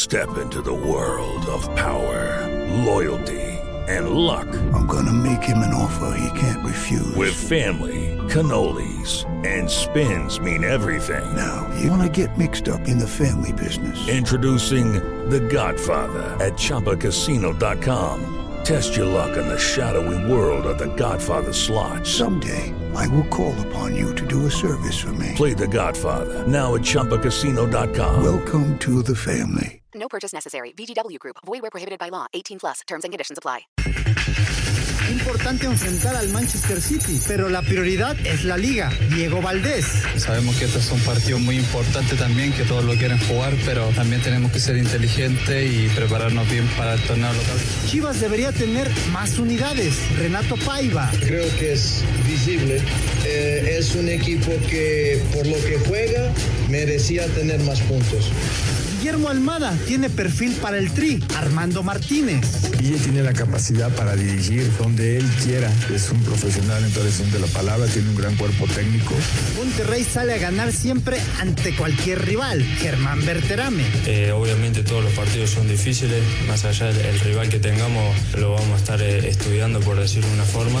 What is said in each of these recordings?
Step into the world of power, loyalty, and luck. I'm gonna make him an offer he can't refuse. With family, cannolis, and spins mean everything. Now, you wanna get mixed up in the family business. Introducing The Godfather at ChumbaCasino.com. Test your luck in the shadowy world of The Godfather slot. Someday, I will call upon you to do a service for me. Play The Godfather now at ChumbaCasino.com. Welcome to the family. No purchase necessary. VGW Group. Void where prohibited by law. 18+. Terms and conditions apply. Importante enfrentar al Manchester City, pero la prioridad es la Liga. Diego Valdés. Sabemos que este es un partido muy importante también, que todos lo quieren jugar, pero también tenemos que ser inteligentes y prepararnos bien para el torneo local. Chivas debería tener más unidades. Renato Paiva. Creo que es visible. Es un equipo que, por lo que juega, merecía tener más puntos. Guillermo Almada tiene perfil para el Tri. Armando Martínez. Guille tiene la capacidad para dirigir donde él quiera. Es un profesional en toda la extensión de la palabra, tiene un gran cuerpo técnico. Monterrey sale a ganar siempre ante cualquier rival. Germán Berterame. Obviamente todos los partidos son difíciles. Más allá del rival que tengamos, lo vamos a estar estudiando, por decirlo de una forma.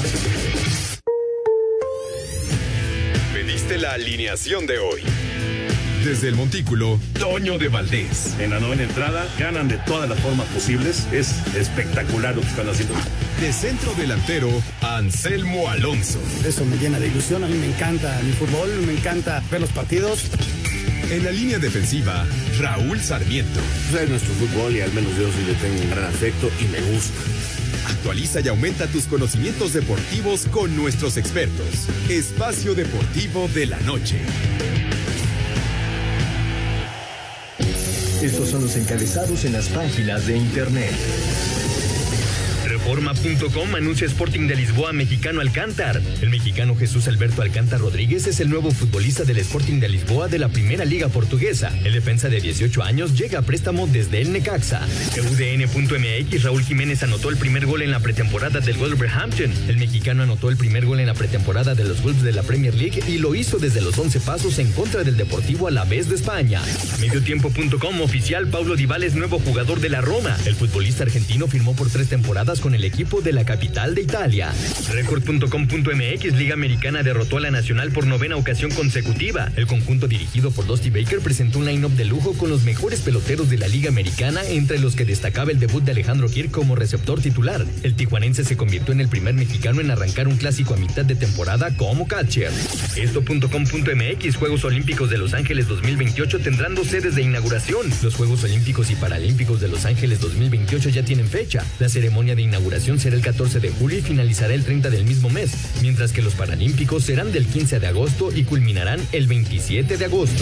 Pediste la alineación de hoy. Desde el Montículo, Toño de Valdés. En la novena entrada, ganan de todas las formas posibles. Es espectacular lo que están haciendo. De centro delantero, Anselmo Alonso. Eso me llena de ilusión. A mí me encanta mi fútbol, me encanta ver los partidos. En la línea defensiva, Raúl Sarmiento. Es nuestro fútbol y al menos yo sí le tengo un gran afecto y me gusta. Actualiza y aumenta tus conocimientos deportivos con nuestros expertos. Espacio Deportivo de la Noche. Estos son los encabezados en las páginas de internet. Reforma.com anuncia Sporting de Lisboa mexicano Alcántar. El mexicano Jesús Alberto Alcántar Rodríguez es el nuevo futbolista del Sporting de Lisboa de la Primera Liga Portuguesa. El defensa de 18 años llega a préstamo desde el Necaxa. UDN.mx, Raúl Jiménez anotó el primer gol en la pretemporada del Wolverhampton. El mexicano anotó el primer gol en la pretemporada de los Wolves de la Premier League y lo hizo desde los 11 pasos en contra del Deportivo Alavés de España. Mediotiempo.com oficial, Paulo Dybala es nuevo jugador de la Roma. El futbolista argentino firmó por 3 temporadas con el equipo de la capital de Italia. Record.com.mx, Liga Americana derrotó a la Nacional por 9ª ocasión consecutiva. El conjunto dirigido por Dusty Baker presentó un line-up de lujo con los mejores peloteros de la Liga Americana, entre los que destacaba el debut de Alejandro Kirk como receptor titular. El tijuanense se convirtió en el primer mexicano en arrancar un clásico a mitad de temporada como catcher. Esto.com.mx, Juegos Olímpicos de Los Ángeles 2028 tendrán 2 sedes de inauguración. Los Juegos Olímpicos y Paralímpicos de Los Ángeles 2028 ya tienen fecha. La ceremonia de inauguración será el 14 de julio y finalizará el 30 del mismo mes, mientras que los Paralímpicos serán del 15 de agosto y culminarán el 27 de agosto.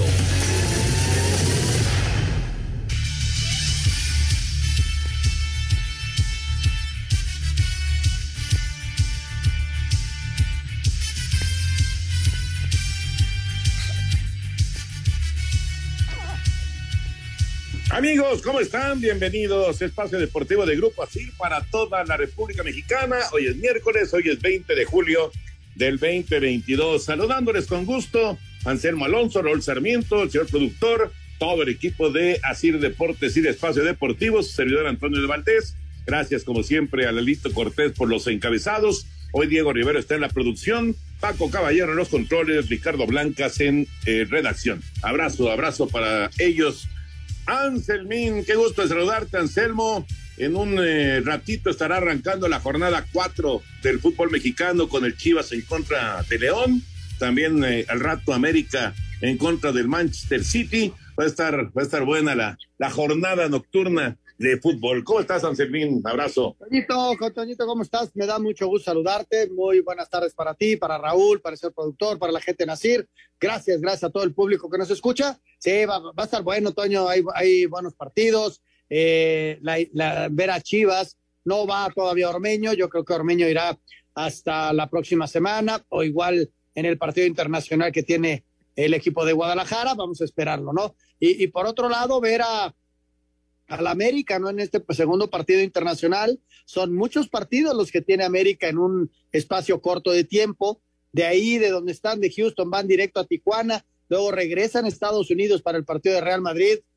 Amigos, ¿cómo están? Bienvenidos a Espacio Deportivo de Grupo ASIR para toda la República Mexicana. Hoy es miércoles, hoy es 20 de julio del 2022. Saludándoles con gusto, Anselmo Alonso, Raúl Sarmiento, el señor productor, todo el equipo de ASIR Deportes y de Espacio Deportivo, su servidor Antonio de Valdés. Gracias, como siempre, a Lalito Cortés por los encabezados. Hoy Diego Rivero está en la producción, Paco Caballero en los controles, Ricardo Blancas en redacción. Abrazo para ellos. Anselmín, qué gusto de saludarte, Anselmo. En un ratito estará arrancando la jornada 4 del fútbol mexicano con el Chivas en contra de León. También al rato América en contra del Manchester City. Va a estar buena la jornada nocturna de fútbol. ¿Cómo estás, Anselmín? Abrazo. Toñito, ¿cómo estás? Me da mucho gusto saludarte. Muy buenas tardes para ti, para Raúl, para el señor productor, para la gente de Nasir. Gracias a todo el público que nos escucha. Sí, va a estar bueno, Toño. Hay buenos partidos. Ver a Chivas. No va todavía Ormeño. Yo creo que Ormeño irá hasta la próxima semana, o igual en el partido internacional que tiene el equipo de Guadalajara. Vamos a esperarlo, ¿no? Y por otro lado, ver al América, ¿no? En este segundo partido internacional. Son muchos partidos los que tiene América en un espacio corto de tiempo. De ahí, de donde están, de Houston, van directo a Tijuana, luego regresan a Estados Unidos para el partido de Real Madrid,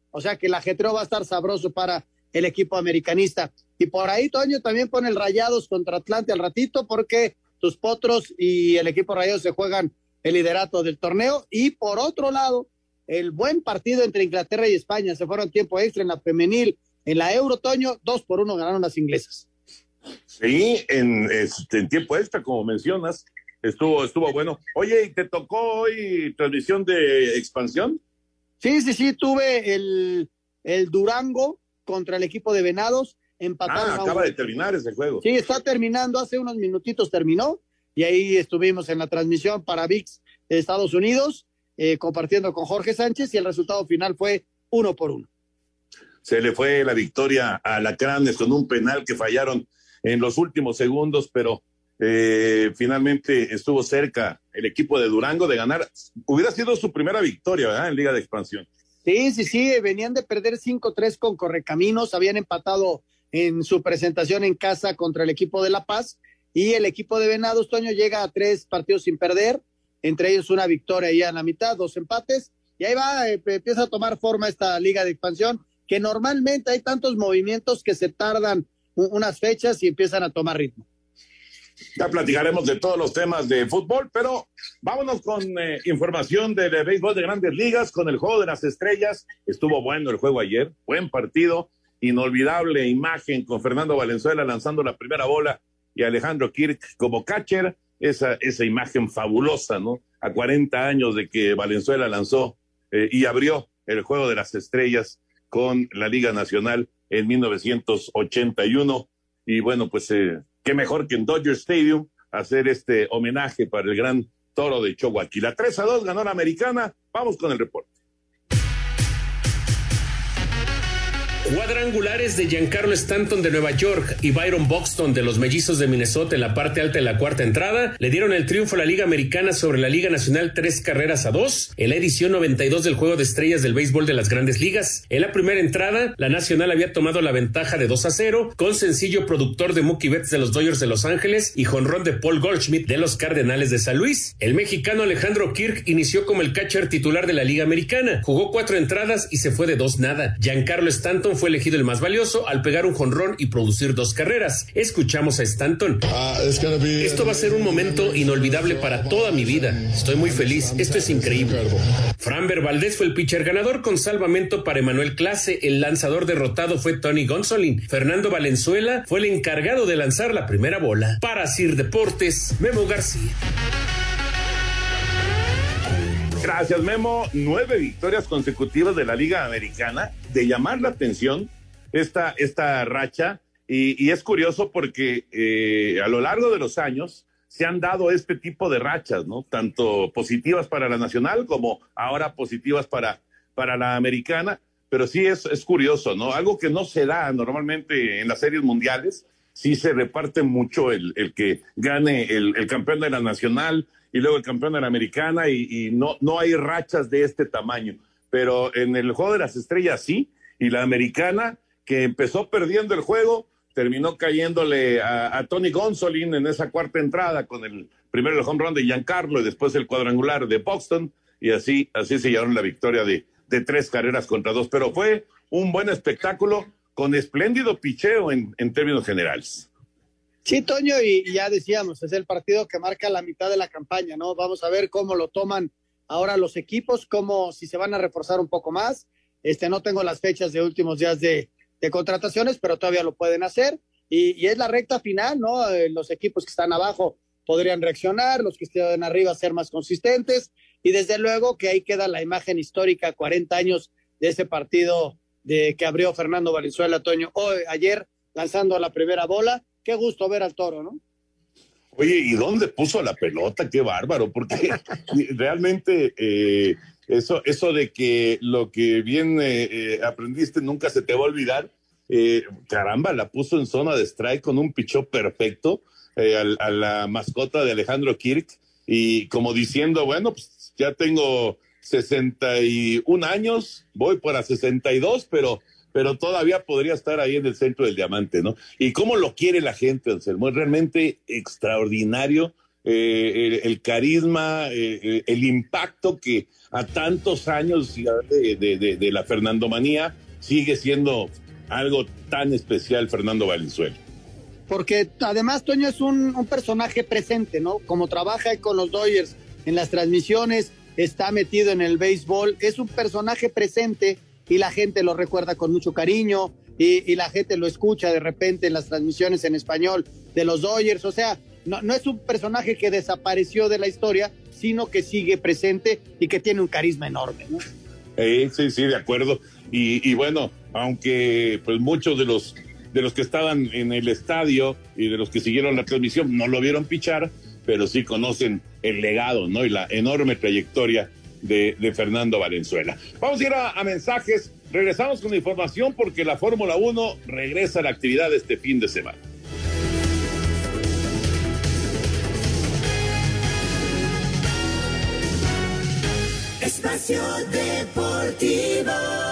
o sea que el ajetreo va a estar sabroso para el equipo americanista. Y por ahí, Toño, también pone el Rayados contra Atlante al ratito, porque tus Potros y el equipo Rayados se juegan el liderato del torneo. Y por otro lado, el buen partido entre Inglaterra y España, se fueron tiempo extra en la femenil, en la Euro, Toño, 2-1 ganaron las inglesas. Sí, en tiempo extra, como mencionas, estuvo bueno. Oye, ¿y te tocó hoy transmisión de expansión? Sí, tuve el Durango contra el equipo de Venados, empataron. Acaba de terminar ese juego. Sí, está terminando, hace unos minutitos terminó, y ahí estuvimos en la transmisión para ViX de Estados Unidos, compartiendo con Jorge Sánchez, y el resultado final fue 1-1. Se le fue la victoria a Alacranes con un penal que fallaron en los últimos segundos, pero finalmente estuvo cerca el equipo de Durango de ganar. Hubiera sido su primera victoria, ¿verdad?, en Liga de Expansión. Sí, venían de perder 5-3 con Correcaminos, habían empatado en su presentación en casa contra el equipo de La Paz, y el equipo de Venados, Toño, llega a 3 partidos sin perder, entre ellos una victoria ya en la mitad, 2 empates, y ahí va, empieza a tomar forma esta Liga de Expansión, que normalmente hay tantos movimientos que se tardan unas fechas y empiezan a tomar ritmo. Ya platicaremos de todos los temas de fútbol, pero vámonos con información del béisbol de Grandes Ligas, con el Juego de las Estrellas. Estuvo bueno el juego ayer, buen partido, inolvidable imagen con Fernando Valenzuela lanzando la primera bola y Alejandro Kirk como catcher. Esa imagen fabulosa, ¿no? A 40 años de que Valenzuela lanzó y abrió el Juego de las Estrellas con la Liga Nacional en 1981. Y bueno, pues qué mejor que en Dodger Stadium hacer este homenaje para el gran Toro de Chihuahua. 3-2 ganó la Americana. Vamos con el reporte. Cuadrangulares de Giancarlo Stanton de Nueva York y Byron Buxton de los Mellizos de Minnesota en la parte alta de la cuarta entrada le dieron el triunfo a la Liga Americana sobre la Liga Nacional 3-2 en la edición 92 del Juego de Estrellas del béisbol de las Grandes Ligas. En la primera entrada, la Nacional había tomado la ventaja de 2-0 con sencillo productor de Mookie Betts de los Dodgers de Los Ángeles y jonrón de Paul Goldschmidt de los Cardenales de San Luis. El mexicano Alejandro Kirk inició como el catcher titular de la Liga Americana. Jugó 4 entradas y se fue de 2-0. Giancarlo Stanton fue elegido el más valioso al pegar un jonrón y producir 2 carreras. Escuchamos a Stanton. Esto va a ser un momento inolvidable para toda mi vida. Estoy muy feliz. Esto es increíble. Framber Valdez fue el pitcher ganador con salvamento para Emanuel Clase. El lanzador derrotado fue Tony Gonsolin. Fernando Valenzuela fue el encargado de lanzar la primera bola. Para Sir Deportes, Memo García. Gracias, Memo. 9 victorias consecutivas de la Liga Americana, de llamar la atención esta racha, y es curioso porque a lo largo de los años se han dado este tipo de rachas, ¿no? Tanto positivas para la Nacional como ahora positivas para la Americana, pero sí es curioso, ¿no? Algo que no se da normalmente en las series mundiales. Sí se reparte mucho el que gane el campeón de la Nacional y luego el campeón de la Americana, y no hay rachas de este tamaño. Pero en el Juego de las Estrellas sí, y la Americana, que empezó perdiendo el juego, terminó cayéndole a Tony Gonsolin en esa cuarta entrada con primero el home run de Giancarlo y después el cuadrangular de Buxton, y así se llevaron la victoria de 3-2. Pero fue un buen espectáculo con espléndido picheo en términos generales. Sí, Toño, y ya decíamos, es el partido que marca la mitad de la campaña, ¿no? Vamos a ver cómo lo toman ahora los equipos, si se van a reforzar un poco más. No tengo las fechas de últimos días de contrataciones, pero todavía lo pueden hacer. Y es la recta final, ¿no? Los equipos que están abajo podrían reaccionar, los que estén arriba ser más consistentes. Y desde luego que ahí queda la imagen histórica, 40 años de ese partido que abrió Fernando Valenzuela, Toño, ayer lanzando la primera bola. Qué gusto ver al Toro, ¿no? Oye, ¿y dónde puso la pelota? Qué bárbaro, porque realmente eso de que lo que bien aprendiste nunca se te va a olvidar, caramba, la puso en zona de strike con un pichó perfecto a la mascota de Alejandro Kirk, y como diciendo, bueno, pues ya tengo 61 años, voy para 62, pero todavía podría estar ahí en el centro del diamante, ¿no? Y cómo lo quiere la gente, Anselmo, es realmente extraordinario el carisma, el impacto que a tantos años de la Fernandomanía sigue siendo algo tan especial Fernando Valenzuela. Porque además Toño es un personaje presente, ¿no? Como trabaja con los Dodgers en las transmisiones, está metido en el béisbol, es un personaje presente y la gente lo recuerda con mucho cariño y la gente lo escucha de repente en las transmisiones en español de los Dodgers. O sea, no es un personaje que desapareció de la historia, sino que sigue presente y que tiene un carisma enorme, ¿no? Sí, de acuerdo. Y bueno, aunque pues muchos de los que estaban en el estadio y de los que siguieron la transmisión no lo vieron pichar, pero sí conocen el legado, ¿no? Y la enorme trayectoria de Fernando Valenzuela. Vamos a ir a mensajes. Regresamos con la información porque la Fórmula 1 regresa a la actividad este fin de semana. Espacio Deportivo.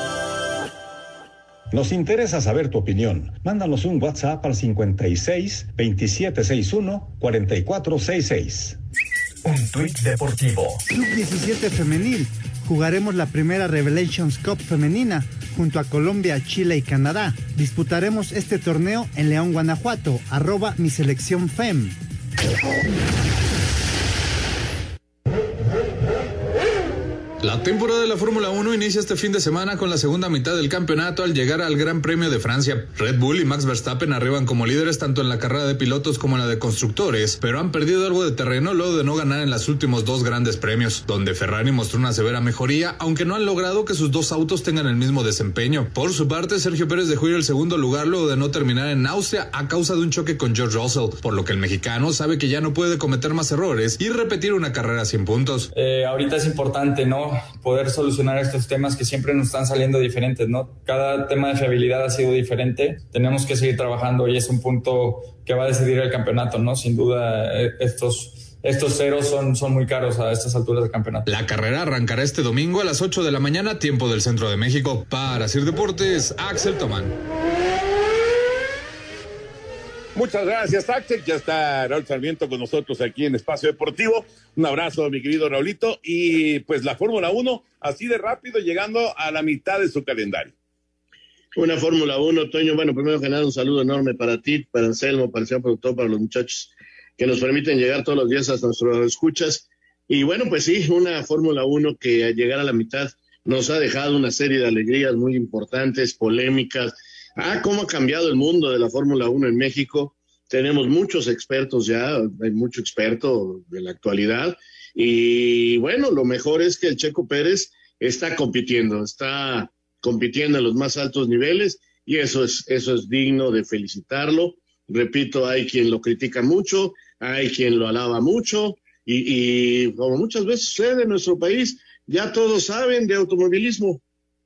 Nos interesa saber tu opinión. Mándanos un WhatsApp al 56 2761 4466. Un tuit deportivo. Club 17 femenil. Jugaremos la primera Revelations Cup femenina junto a Colombia, Chile y Canadá. Disputaremos este torneo en León, Guanajuato. @miseleccionfem. La temporada de la Fórmula 1 inicia este fin de semana con la segunda mitad del campeonato al llegar al Gran Premio de Francia. Red Bull y Max Verstappen arriban como líderes tanto en la carrera de pilotos como en la de constructores, pero han perdido algo de terreno luego de no ganar en los últimos dos grandes premios, donde Ferrari mostró una severa mejoría, aunque no han logrado que sus dos autos tengan el mismo desempeño. Por su parte, Sergio Pérez dejó ir el segundo lugar luego de no terminar en Austria a causa de un choque con George Russell, por lo que el mexicano sabe que ya no puede cometer más errores y repetir una carrera sin puntos. Ahorita es importante, ¿no?, poder solucionar estos temas que siempre nos están saliendo diferentes, ¿no? Cada tema de fiabilidad ha sido diferente. Tenemos que seguir trabajando y es un punto que va a decidir el campeonato, ¿no? Sin duda, estos ceros son muy caros a estas alturas del campeonato. La carrera arrancará este domingo a las 8 de la mañana, tiempo del centro de México. Para Sir Deportes, Axel Tomán. Muchas gracias, Axel. Ya está Raúl Sarmiento con nosotros aquí en Espacio Deportivo. Un abrazo, mi querido Raulito. Y pues la Fórmula 1, así de rápido, llegando a la mitad de su calendario. Una Fórmula 1, Toño. Bueno, primero que nada, un saludo enorme para ti, para Anselmo, para el señor productor, para los muchachos que nos permiten llegar todos los días hasta nuestras escuchas. Y bueno, pues sí, una Fórmula 1 que al llegar a la mitad nos ha dejado una serie de alegrías muy importantes, polémicas. Cómo ha cambiado el mundo de la Fórmula 1 en México. Tenemos muchos expertos ya, hay mucho experto de la actualidad. Y bueno, lo mejor es que el Checo Pérez está compitiendo en los más altos niveles y eso es digno de felicitarlo. Repito, hay quien lo critica mucho, hay quien lo alaba mucho y como muchas veces sucede en nuestro país, ya todos saben de automovilismo.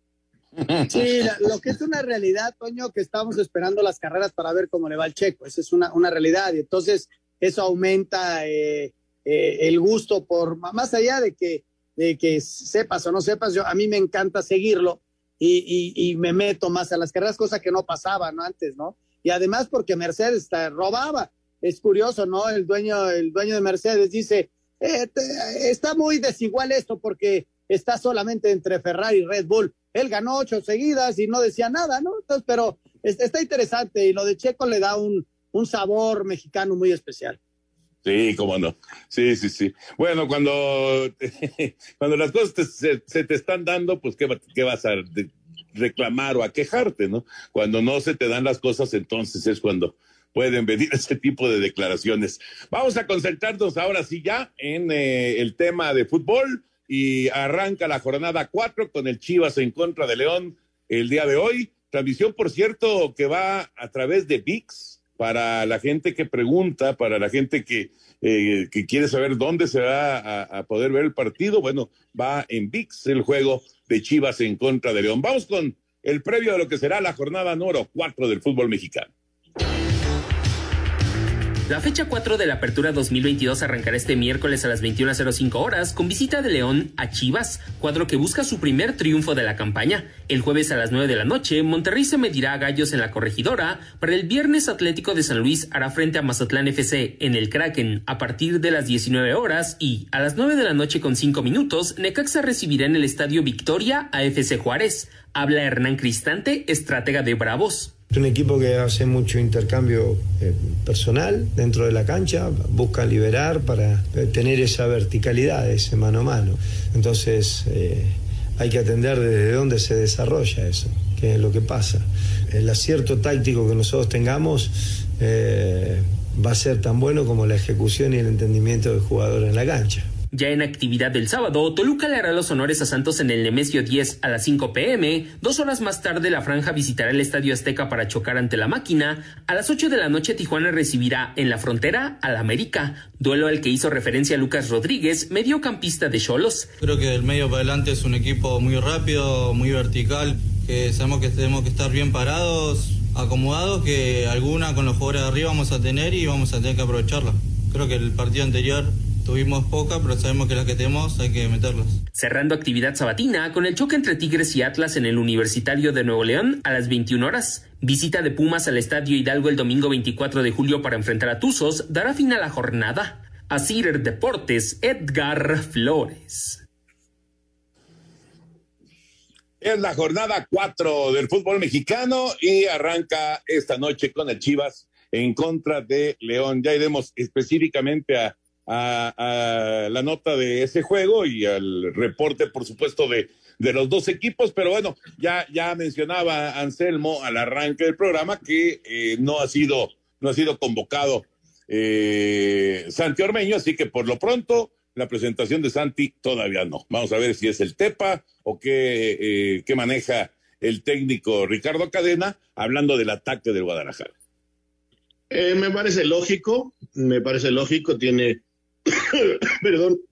Sí, lo que es una realidad, Toño, que estamos esperando las carreras para ver cómo le va al Checo. Esa es una realidad y entonces eso aumenta el gusto por, más allá de que sepas o no sepas, a mí me encanta seguirlo y me meto más a las carreras, cosa que no pasaba, ¿no?, antes, ¿no? Y además porque Mercedes robaba. Es curioso, ¿no? El dueño de Mercedes dice, está muy desigual esto porque está solamente entre Ferrari y Red Bull. Él ganó 8 seguidas y no decía nada, ¿no? Entonces, pero está interesante y lo de Checo le da un sabor mexicano muy especial. Sí, cómo no. Sí. Bueno, cuando las cosas se te están dando, pues ¿qué vas a reclamar o a quejarte, ¿no? Cuando no se te dan las cosas, entonces es cuando pueden venir ese tipo de declaraciones. Vamos a concentrarnos ahora sí ya en el tema de fútbol. Y arranca la jornada 4 con el Chivas en contra de León el día de hoy. Transmisión, por cierto, que va a través de ViX para la gente que pregunta, para la gente que quiere saber dónde se va a poder ver el partido. Bueno, va en ViX el juego de Chivas en contra de León. Vamos con el previo de lo que será la jornada número 4 del fútbol mexicano. La fecha 4 de la Apertura 2022 arrancará este miércoles a las 21:05 horas con visita de León a Chivas, cuadro que busca su primer triunfo de la campaña. El jueves a las 9 de la noche, Monterrey se medirá a Gallos en la Corregidora. Para el viernes, Atlético de San Luis hará frente a Mazatlán FC en el Kraken a partir de las 19 horas y a las 9 de la noche con 5 minutos, Necaxa recibirá en el Estadio Victoria a FC Juárez. Habla Hernán Cristante, estratega de Bravos. Es un equipo que hace mucho intercambio personal dentro de la cancha, busca liberar para tener esa verticalidad, ese mano a mano. Entonces hay que atender desde dónde se desarrolla eso, qué es lo que pasa. El acierto táctico que nosotros tengamos va a ser tan bueno como la ejecución y el entendimiento del jugador en la cancha. Ya en actividad del sábado, Toluca le hará los honores a Santos en el Nemesio 10 a las 5 p.m. 2 horas más tarde, la Franja visitará el Estadio Azteca para chocar ante la Máquina. A las 8 de la noche, Tijuana recibirá en la Frontera al América, duelo al que hizo referencia Lucas Rodríguez, mediocampista de Xolos. Creo que del medio para adelante es un equipo muy rápido, muy vertical, que sabemos que tenemos que estar bien parados, acomodados, que alguna con los jugadores de arriba vamos a tener y vamos a tener que aprovecharla. Creo que el partido anterior tuvimos poca, pero sabemos que las que tenemos hay que meterlas. Cerrando actividad sabatina con el choque entre Tigres y Atlas en el Universitario de Nuevo León a las 21 horas. Visita de Pumas al Estadio Hidalgo el domingo 24 de julio para enfrentar a Tuzos dará fin a la jornada. Asir Deportes, Edgar Flores. Es la jornada 4 del fútbol mexicano y arranca esta noche con el Chivas en contra de León. Ya iremos específicamente a la nota de ese juego y al reporte, por supuesto, de los dos equipos, pero bueno, ya mencionaba Anselmo al arranque del programa que no ha sido convocado Santi Ormeño, así que por lo pronto la presentación de Santi todavía no. Vamos a ver si es el Tepa o qué maneja el técnico Ricardo Cadena, hablando del ataque del Guadalajara. Me parece lógico, tiene perdón.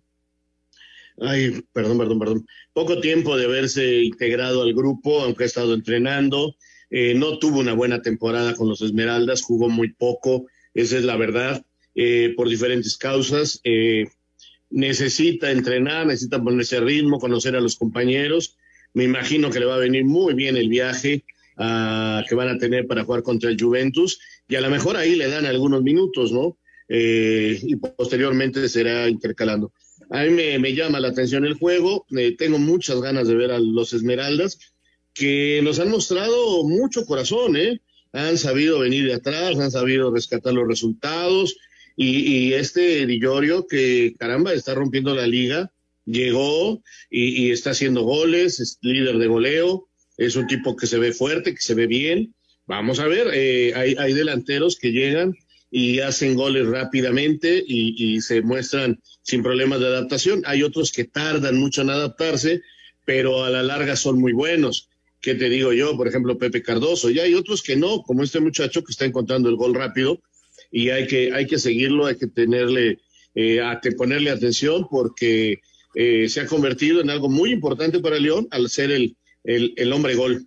Poco tiempo de haberse integrado al grupo, aunque ha estado entrenando. No tuvo una buena temporada con los Esmeraldas, jugó muy poco, esa es la verdad, por diferentes causas. Necesita entrenar, necesita ponerse a ritmo, conocer a los compañeros. Me imagino que le va a venir muy bien el viaje que van a tener para jugar contra el Juventus, y a lo mejor ahí le dan algunos minutos, ¿no? Y posteriormente será intercalando. A mí me llama la atención el juego, tengo muchas ganas de ver a los Esmeraldas, que nos han mostrado mucho corazón, han sabido venir de atrás, han sabido rescatar los resultados, y Di Llorio, que caramba, está rompiendo la liga, llegó y está haciendo goles, es líder de goleo, es un tipo que se ve fuerte, que se ve bien. Vamos a ver, hay delanteros que llegan y hacen goles rápidamente y se muestran sin problemas de adaptación. Hay otros que tardan mucho en adaptarse, pero a la larga son muy buenos. ¿Qué te digo yo? Por ejemplo, Pepe Cardoso. Y hay otros que no, como este muchacho que está encontrando el gol rápido, y hay que seguirlo, hay que ponerle atención, porque se ha convertido en algo muy importante para León al ser el hombre gol.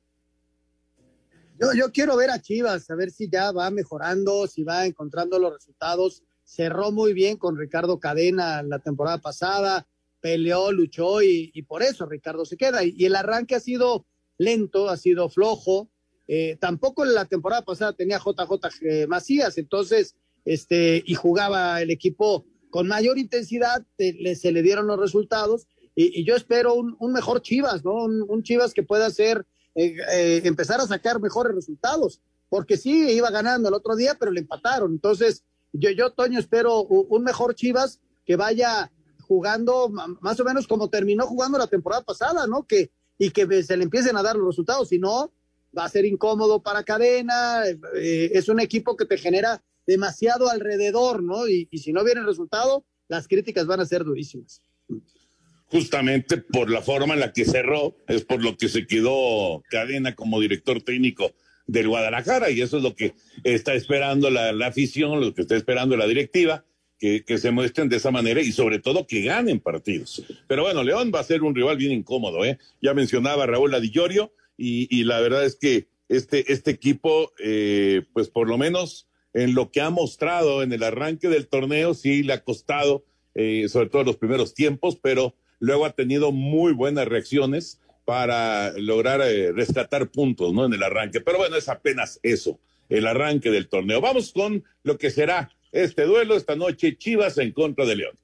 Yo quiero ver a Chivas, a ver si ya va mejorando, si va encontrando los resultados. Cerró muy bien con Ricardo Cadena la temporada pasada, peleó, luchó y por eso Ricardo se queda. Y el arranque ha sido lento, ha sido flojo. Tampoco en la temporada pasada tenía JJ Macías, entonces, y jugaba el equipo con mayor intensidad, se le dieron los resultados. Y yo espero un mejor Chivas, ¿no? Un Chivas que pueda hacer empezar a sacar mejores resultados, porque sí, iba ganando el otro día, pero le empataron. Entonces, yo Toño, espero un mejor Chivas que vaya jugando más o menos como terminó jugando la temporada pasada, ¿no? Y que se le empiecen a dar los resultados, si no, va a ser incómodo para Cadena. Es un equipo que te genera demasiado alrededor, ¿no? Y si no viene el resultado, las críticas van a ser durísimas. Justamente por la forma en la que cerró, es por lo que se quedó Cadena como director técnico del Guadalajara, y eso es lo que está esperando la afición, lo que está esperando la directiva, que se muestren de esa manera y sobre todo que ganen partidos. Pero bueno, León va a ser un rival bien incómodo, Ya mencionaba Raúl Di Llorio, y la verdad es que este equipo, pues por lo menos en lo que ha mostrado en el arranque del torneo, sí le ha costado, sobre todo en los primeros tiempos, pero luego ha tenido muy buenas reacciones para lograr rescatar puntos, ¿no? En el arranque. Pero bueno, es apenas eso, el arranque del torneo. Vamos con lo que será este duelo esta noche, Chivas en contra de León.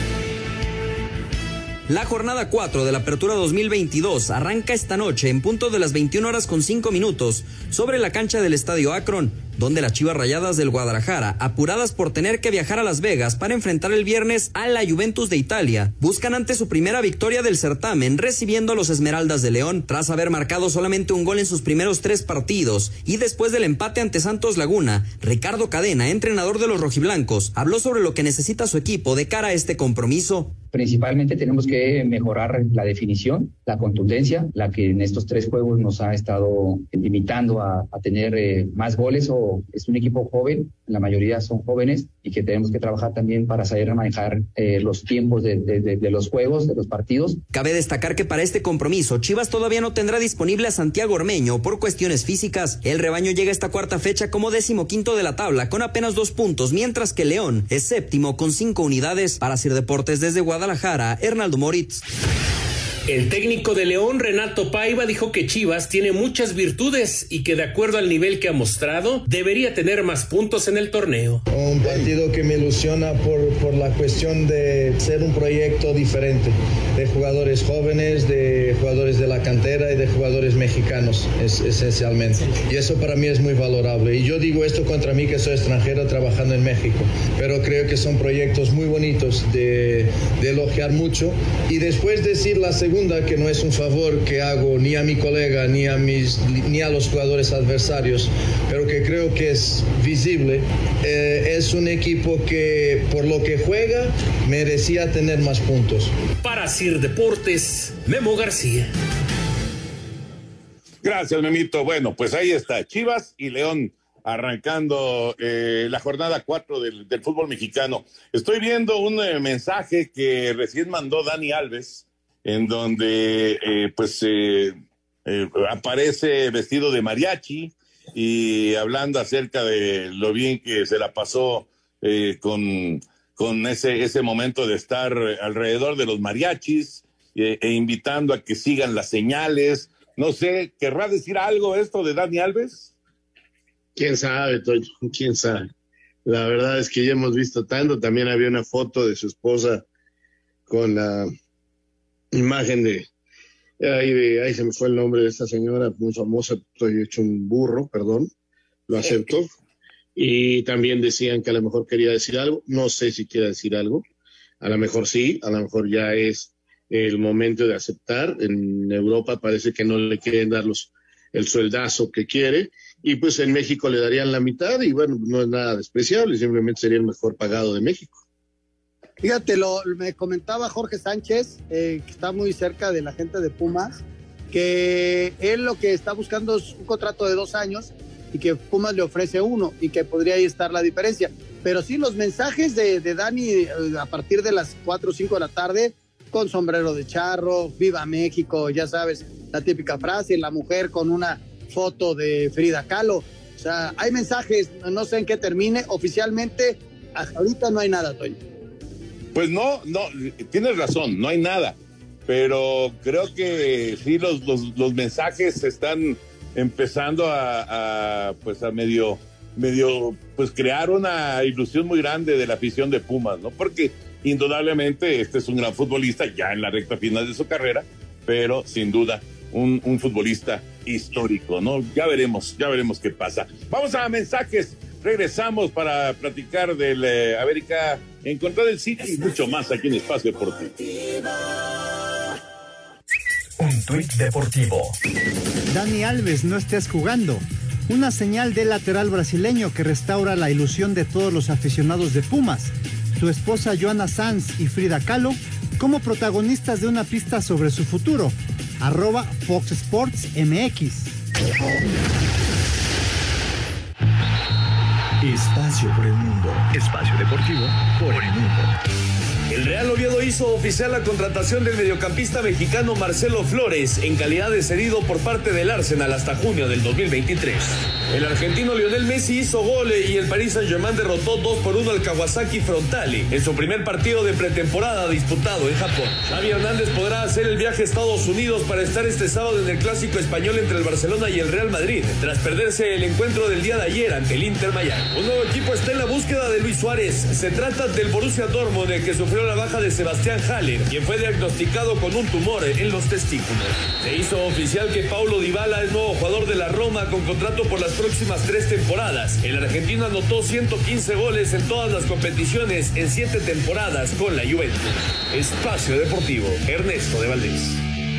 La jornada 4 de la Apertura 2022 arranca esta noche en punto de las 21:05 sobre la cancha del Estadio Akron, donde las Chivas Rayadas del Guadalajara, apuradas por tener que viajar a Las Vegas para enfrentar el viernes a la Juventus de Italia, buscan ante su primera victoria del certamen recibiendo a los Esmeraldas de León, tras haber marcado solamente un gol en sus primeros 3 partidos y después del empate ante Santos Laguna. Ricardo Cadena, entrenador de los rojiblancos, habló sobre lo que necesita su equipo de cara a este compromiso. Principalmente tenemos que mejorar la definición, la contundencia, la que en estos 3 juegos nos ha estado limitando a tener más goles. O es un equipo joven, la mayoría son jóvenes, y que tenemos que trabajar también para saber manejar los tiempos de los juegos, de los partidos. Cabe destacar que para este compromiso, Chivas todavía no tendrá disponible a Santiago Ormeño por cuestiones físicas. El rebaño llega a esta cuarta fecha como 15º de la tabla con apenas 2 puntos, mientras que León es 7º con 5 unidades. Para Sir Deportes desde Guadalajara, Hernaldo Moritz. El técnico de León, Renato Paiva, dijo que Chivas tiene muchas virtudes y que de acuerdo al nivel que ha mostrado, debería tener más puntos en el torneo. Un partido que me ilusiona por la cuestión de ser un proyecto diferente, de jugadores jóvenes, de jugadores de la cantera y de jugadores mexicanos, esencialmente. Y eso para mí es muy valorable. Y yo digo esto contra mí, que soy extranjero trabajando en México, pero creo que son proyectos muy bonitos de elogiar mucho. Y después decir la segunda, que no es un favor que hago ni a mi colega ni a los jugadores adversarios, pero que creo que es visible, es un equipo que por lo que juega merecía tener más puntos. Para Sir Deportes, Memo García. Gracias, Memito. Bueno, pues ahí está, Chivas y León arrancando la jornada 4 del fútbol mexicano. Estoy viendo un mensaje que recién mandó Dani Alves, en donde aparece vestido de mariachi y hablando acerca de lo bien que se la pasó con ese momento de estar alrededor de los mariachis e invitando a que sigan las señales. No sé, ¿querrá decir algo esto de Dani Alves? ¿Quién sabe, Toño? ¿Quién sabe? La verdad es que ya hemos visto tanto. También había una foto de su esposa con la imagen ahí se me fue el nombre de esta señora muy famosa. Estoy hecho un burro, perdón, lo acepto. Y también decían que a lo mejor quería decir algo. No sé si quiere decir algo, a lo mejor sí, a lo mejor ya es el momento de aceptar. En Europa parece que no le quieren dar el sueldazo que quiere, y pues en México le darían la mitad, y bueno, no es nada despreciable, simplemente sería el mejor pagado de México. Fíjate, me comentaba Jorge Sánchez, que está muy cerca de la gente de Pumas, que él lo que está buscando es un contrato de 2 años y que Pumas le ofrece 1 y que podría ahí estar la diferencia. Pero sí, los mensajes de Dani a partir de las 4 o 5 de la tarde, con sombrero de charro, viva México, ya sabes, la típica frase, la mujer con una foto de Frida Kahlo. O sea, hay mensajes, no sé en qué termine. Oficialmente, ahorita no hay nada, Toño. Pues no, tienes razón, no hay nada, pero creo que sí los mensajes están empezando a medio pues crear una ilusión muy grande de la afición de Pumas, ¿no? Porque indudablemente este es un gran futbolista ya en la recta final de su carrera, pero sin duda un futbolista histórico, ¿no? Ya veremos qué pasa. Vamos a mensajes. Regresamos para platicar del América en contra del City y mucho más aquí en Espacio Deportivo. Un tuit deportivo. Dani Alves, no estés jugando. Una señal del lateral brasileño que restaura la ilusión de todos los aficionados de Pumas. Su esposa Joana Sanz y Frida Kahlo como protagonistas de una pista sobre su futuro. @Fox Sports MX. Espacio por el mundo. Espacio deportivo por el mundo. El Real Oviedo hizo oficial la contratación del mediocampista mexicano Marcelo Flores en calidad de cedido por parte del Arsenal hasta junio del 2023. El argentino Lionel Messi hizo gol y el Paris Saint-Germain derrotó 2-1 al Kawasaki Frontale en su primer partido de pretemporada disputado en Japón. Xavi Hernández podrá hacer el viaje a Estados Unidos para estar este sábado en el clásico español entre el Barcelona y el Real Madrid, tras perderse el encuentro del día de ayer ante el Inter Miami. Un nuevo equipo está en la búsqueda de Luis Suárez. Se trata del Borussia Dortmund, que sufrió la baja de Sebastián Haller, quien fue diagnosticado con un tumor en los testículos. Se hizo oficial que Paulo Dybala es nuevo jugador de la Roma con contrato por las próximas 3 temporadas. El argentino anotó 115 goles en todas las competiciones en 7 temporadas con la Juventus. Espacio Deportivo, Ernesto de Valdés.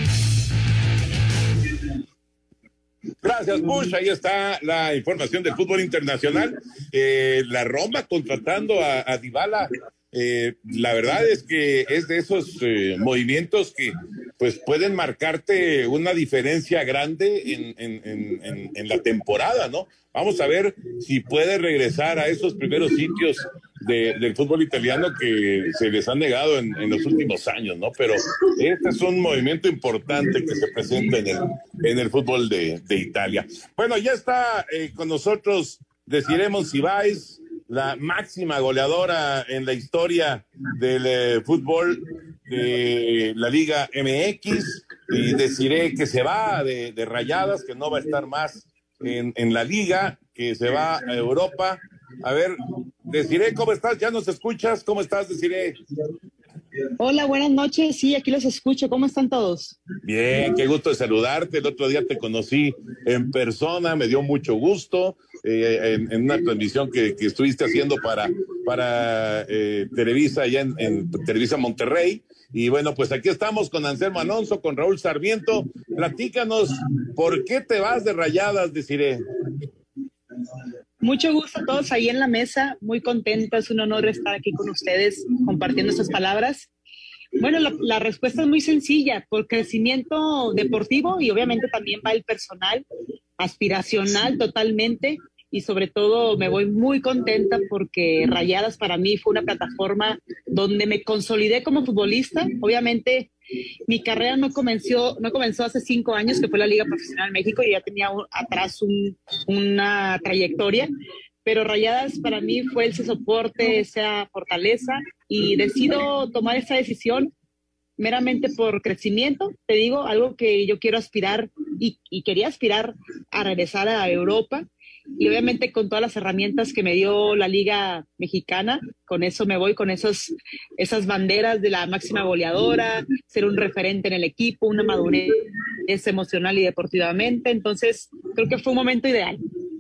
Gracias, Bush. Ahí está la información del fútbol internacional. La Roma contratando a Dybala. La verdad es que es de esos movimientos que pues pueden marcarte una diferencia grande en la temporada, ¿no? Vamos a ver si puede regresar a esos primeros sitios del fútbol italiano que se les ha negado en los últimos años, ¿no? Pero este es un movimiento importante que se presenta en el fútbol de Italia. Bueno, ya está con nosotros Desiree Monsiváis, la máxima goleadora en la historia del fútbol de la Liga MX, y Desiree que se va de Rayadas, que no va a estar más en la liga, que se va a Europa. A ver, Desiree, ¿cómo estás? ¿Ya nos escuchas? ¿Cómo estás, Desiree? Hola, buenas noches. Sí, aquí los escucho. ¿Cómo están todos? Bien, qué gusto de saludarte. El otro día te conocí en persona, me dio mucho gusto en una transmisión que estuviste haciendo para Televisa, allá en Televisa Monterrey. Y bueno, pues aquí estamos con Anselmo Alonso, con Raúl Sarmiento. Platícanos, ¿por qué te vas de Rayadas, Desiree? Mucho gusto a todos ahí en la mesa, muy contenta, es un honor estar aquí con ustedes compartiendo estas palabras. Bueno, la respuesta es muy sencilla, por crecimiento deportivo y obviamente también va el personal, aspiracional totalmente, y sobre todo me voy muy contenta porque Rayadas para mí fue una plataforma donde me consolidé como futbolista. Obviamente mi carrera no comenzó hace 5 años, que fue la Liga Profesional México, y ya tenía atrás una trayectoria, pero Rayadas para mí fue ese soporte, esa fortaleza, y decido tomar esa decisión meramente por crecimiento. Te digo, algo que yo quiero aspirar y quería aspirar a regresar a Europa, y obviamente con todas las herramientas que me dio la Liga Mexicana, con eso me voy, con esas banderas de la máxima goleadora, ser un referente en el equipo, una madurez emocional y deportivamente. Entonces creo que fue un momento ideal.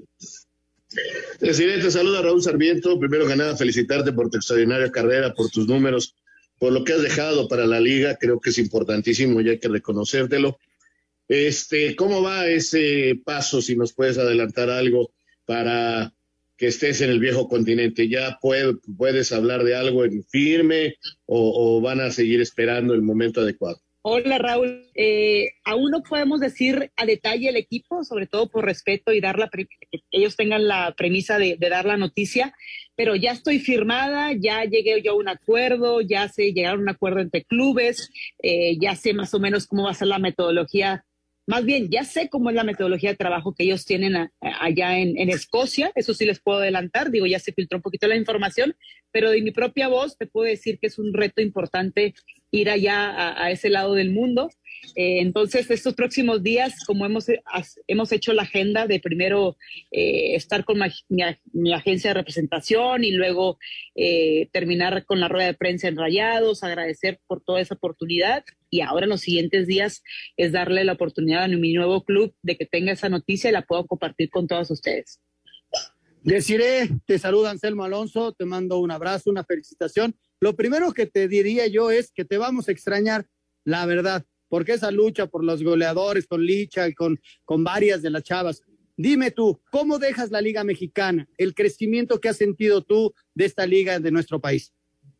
Presidente, te saluda Raúl Sarmiento. Primero que nada, felicitarte por tu extraordinaria carrera, por tus números, por lo que has dejado para la Liga. Creo que es importantísimo y hay que reconocértelo. ¿Cómo va ese paso, si nos puedes adelantar algo para que estés en el viejo continente? ¿Ya puedes hablar de algo en firme o van a seguir esperando el momento adecuado? Hola, Raúl. Aún no podemos decir a detalle el equipo, sobre todo por respeto y que ellos tengan la premisa de dar la noticia, pero ya estoy firmada, ya llegué yo a un acuerdo, ya se llegaron a un acuerdo entre clubes, ya sé más o menos cómo va a ser la metodología. Más bien, ya sé cómo es la metodología de trabajo que ellos tienen allá en Escocia. Eso sí les puedo adelantar. Digo, ya se filtró un poquito la información, pero de mi propia voz te puedo decir que es un reto importante ir allá a ese lado del mundo. Entonces, estos próximos días, como hemos hecho la agenda de primero estar con mi agencia de representación y luego terminar con la rueda de prensa en Rayados, agradecer por toda esa oportunidad, y ahora en los siguientes días es darle la oportunidad a mi nuevo club de que tenga esa noticia y la puedo compartir con todos ustedes. Desiree, te saluda Anselmo Alonso, te mando un abrazo, una felicitación. Lo primero que te diría yo es que te vamos a extrañar, la verdad, porque esa lucha por los goleadores con Licha y con varias de las chavas. Dime tú, ¿cómo dejas la Liga Mexicana? El crecimiento que has sentido tú de esta liga de nuestro país.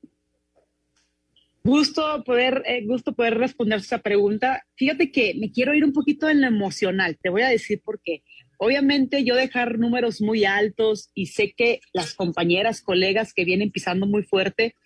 Gusto poder responder esa pregunta. Fíjate que me quiero ir un poquito en lo emocional. Te voy a decir por qué. Obviamente yo dejar números muy altos, y sé que las compañeras, colegas que vienen pisando muy fuerte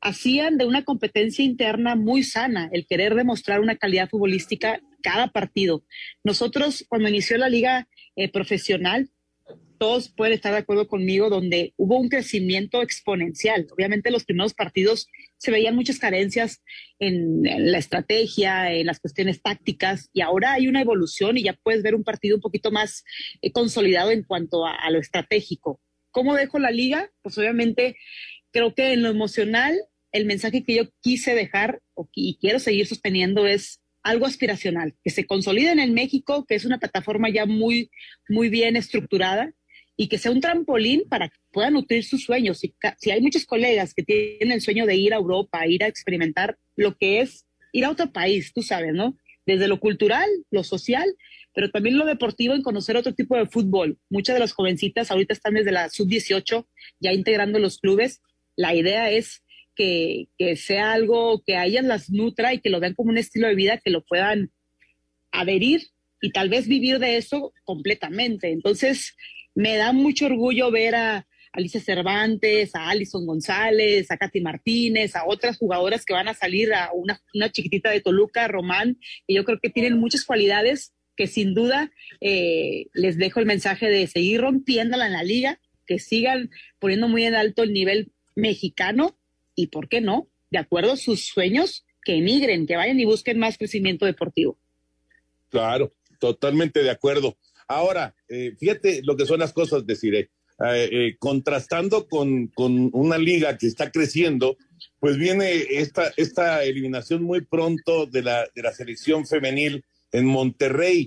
hacían de una competencia interna muy sana, el querer demostrar una calidad futbolística cada partido. Nosotros, cuando inició la liga profesional, todos pueden estar de acuerdo conmigo, donde hubo un crecimiento exponencial. Obviamente los primeros partidos se veían muchas carencias en la estrategia, en las cuestiones tácticas, y ahora hay una evolución y ya puedes ver un partido un poquito más consolidado en cuanto a lo estratégico. ¿Cómo dejo la liga? Pues obviamente creo que en lo emocional el mensaje que yo quise dejar y quiero seguir sosteniendo es algo aspiracional, que se consoliden en México, que es una plataforma ya muy, muy bien estructurada, y que sea un trampolín para que puedan nutrir sus sueños. Si hay muchos colegas que tienen el sueño de ir a Europa, ir a experimentar lo que es ir a otro país, tú sabes, ¿no? Desde lo cultural, lo social, pero también lo deportivo, en conocer otro tipo de fútbol. Muchas de las jovencitas ahorita están desde la sub-18 ya integrando los clubes. La idea es que sea algo que a ellas las nutra y que lo vean como un estilo de vida, que lo puedan adherir y tal vez vivir de eso completamente. Entonces, me da mucho orgullo ver a Alicia Cervantes, a Alison González, a Katy Martínez, a otras jugadoras que van a salir, a una chiquitita de Toluca, Román, que yo creo que tienen muchas cualidades que sin duda les dejo el mensaje de seguir rompiéndola en la liga, que sigan poniendo muy en alto el nivel mexicano y, ¿por qué no?, de acuerdo a sus sueños, que emigren, que vayan y busquen más crecimiento deportivo. Claro, totalmente de acuerdo. Ahora, fíjate lo que son las cosas, Desiree. Contrastando con una liga que está creciendo, pues viene esta eliminación muy pronto de la selección femenil en Monterrey.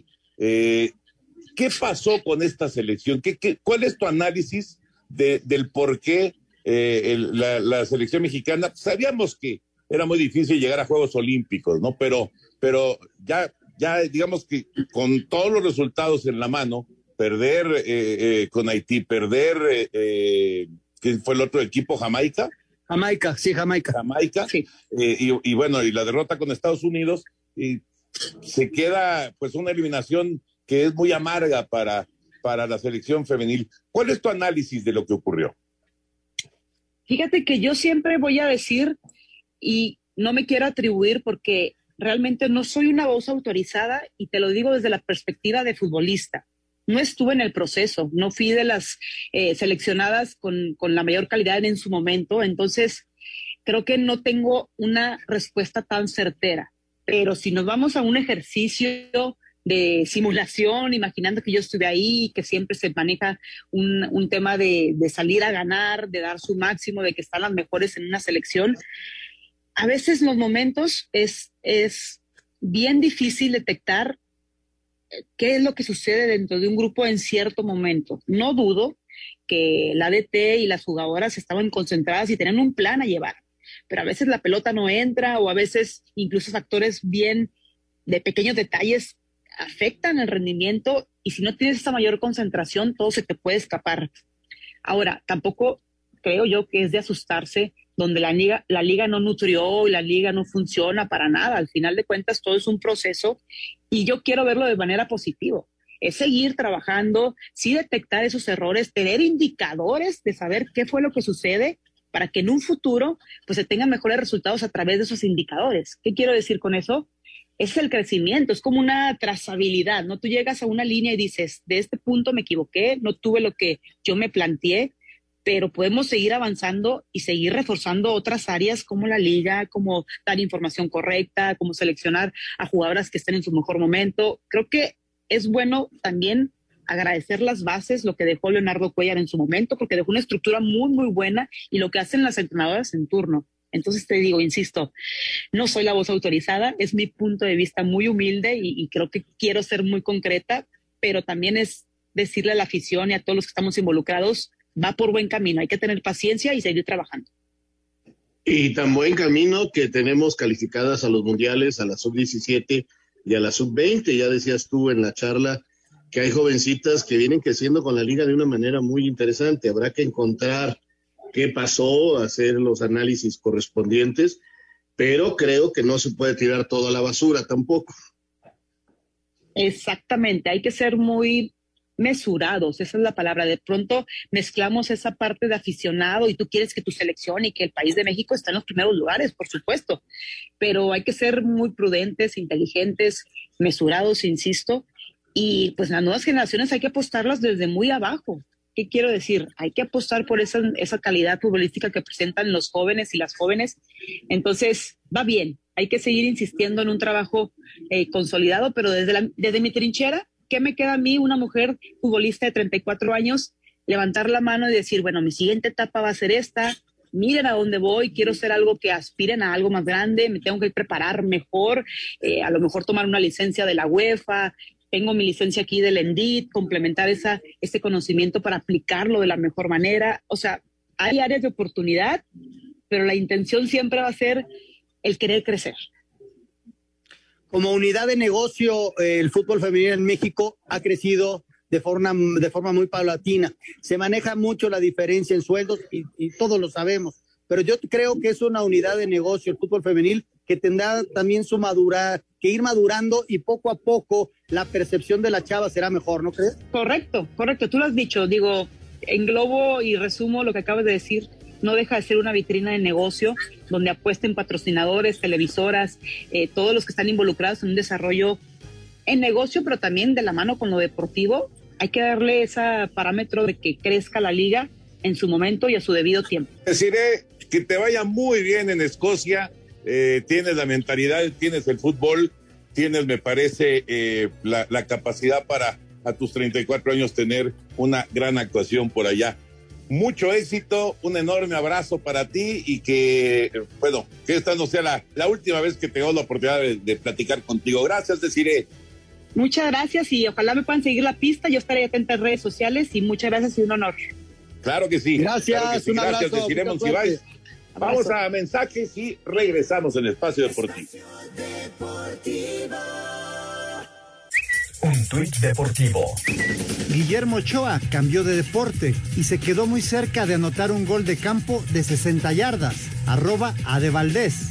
¿Qué pasó con esta selección? ¿Cuál es tu análisis del por qué la selección mexicana? Sabíamos que era muy difícil llegar a Juegos Olímpicos, ¿no? Pero ya digamos que con todos los resultados en la mano, perder con Haití, ¿quién fue el otro equipo? ¿Jamaica? Jamaica. Sí. Y bueno, y la derrota con Estados Unidos, y se queda pues una eliminación que es muy amarga para la selección femenil. ¿Cuál es tu análisis de lo que ocurrió? Fíjate que yo siempre voy a decir, y no me quiero atribuir porque realmente no soy una voz autorizada, y te lo digo desde la perspectiva de futbolista. No estuve en el proceso, no fui de las seleccionadas con la mayor calidad en su momento, entonces creo que no tengo una respuesta tan certera. Pero si nos vamos a un ejercicio de simulación, imaginando que yo estuve ahí, que siempre se maneja un tema de salir a ganar, de dar su máximo, de que están las mejores en una selección, a veces los momentos es bien difícil detectar qué es lo que sucede dentro de un grupo en cierto momento. No dudo que la DT y las jugadoras estaban concentradas y tenían un plan a llevar, pero a veces la pelota no entra, o a veces incluso factores bien de pequeños detalles afectan el rendimiento, y si no tienes esa mayor concentración, todo se te puede escapar. Ahora, tampoco creo yo que es de asustarse donde la liga no nutrió y la liga no funciona para nada. Al final de cuentas, todo es un proceso, y yo quiero verlo de manera positiva. Es seguir trabajando, sí detectar esos errores, tener indicadores de saber qué fue lo que sucede para que en un futuro pues se tengan mejores resultados a través de esos indicadores. ¿Qué quiero decir con eso? Es el crecimiento, es como una trazabilidad, ¿no? Tú llegas a una línea y dices, de este punto me equivoqué, no tuve lo que yo me planteé, pero podemos seguir avanzando y seguir reforzando otras áreas como la liga, como dar información correcta, como seleccionar a jugadoras que estén en su mejor momento. Creo que es bueno también agradecer las bases, lo que dejó Leonardo Cuellar en su momento, porque dejó una estructura muy, muy buena, y lo que hacen las entrenadoras en turno. Entonces te digo, insisto, no soy la voz autorizada, es mi punto de vista muy humilde, y creo que quiero ser muy concreta, pero también es decirle a la afición y a todos los que estamos involucrados, va por buen camino, hay que tener paciencia y seguir trabajando. Y tan buen camino que tenemos calificadas a los mundiales, a la sub-17 y a la sub-20. Ya decías tú en la charla que hay jovencitas que vienen creciendo con la liga de una manera muy interesante. Habrá que encontrar qué pasó, hacer los análisis correspondientes, pero creo que no se puede tirar todo a la basura tampoco. Exactamente, hay que ser muy mesurados, esa es la palabra. De pronto mezclamos esa parte de aficionado y tú quieres que tu selección y que el país de México esté en los primeros lugares, por supuesto, pero hay que ser muy prudentes, inteligentes, mesurados, insisto, y pues las nuevas generaciones hay que apostarlas desde muy abajo. ¿Qué quiero decir? Hay que apostar por esa calidad futbolística que presentan los jóvenes y las jóvenes. Entonces, va bien. Hay que seguir insistiendo en un trabajo consolidado, pero desde mi trinchera, ¿qué me queda a mí, una mujer futbolista de 34 años, levantar la mano y decir, bueno, mi siguiente etapa va a ser esta, miren a dónde voy, quiero ser algo que aspiren a algo más grande, me tengo que preparar mejor, a lo mejor tomar una licencia de la UEFA, tengo mi licencia aquí del ENDIT, complementar ese conocimiento para aplicarlo de la mejor manera. O sea, hay áreas de oportunidad, pero la intención siempre va a ser el querer crecer. Como unidad de negocio, el fútbol femenino en México ha crecido de forma muy paulatina. Se maneja mucho la diferencia en sueldos y todos lo sabemos, pero yo creo que es una unidad de negocio el fútbol femenil que tendrá también que ir madurando, y poco a poco la percepción de la chava será mejor, ¿no crees? Correcto, tú lo has dicho. Digo, englobo y resumo lo que acabas de decir. No deja de ser una vitrina de negocio donde apuesten patrocinadores, televisoras, todos los que están involucrados en un desarrollo en negocio, pero también de la mano con lo deportivo. Hay que darle ese parámetro de que crezca la liga en su momento y a su debido tiempo. Deciré que te vaya muy bien en Escocia. Tienes la mentalidad, tienes el fútbol, tienes, me parece, la capacidad para a tus 34 años tener una gran actuación por allá. Mucho éxito, un enorme abrazo para ti y que esta no sea la última vez que tengo la oportunidad de platicar contigo. Gracias, Desiree. Muchas gracias y ojalá me puedan seguir la pista. Yo estaré atenta en redes sociales y muchas gracias y un honor. Claro que sí. Gracias, claro que sí. Un abrazo. Gracias, Desiree Monsiváis. Vamos a mensajes y regresamos en Espacio Deportivo. Un tuit deportivo. Guillermo Ochoa cambió de deporte y se quedó muy cerca de anotar un gol de campo de 60 yardas. @Adevaldez.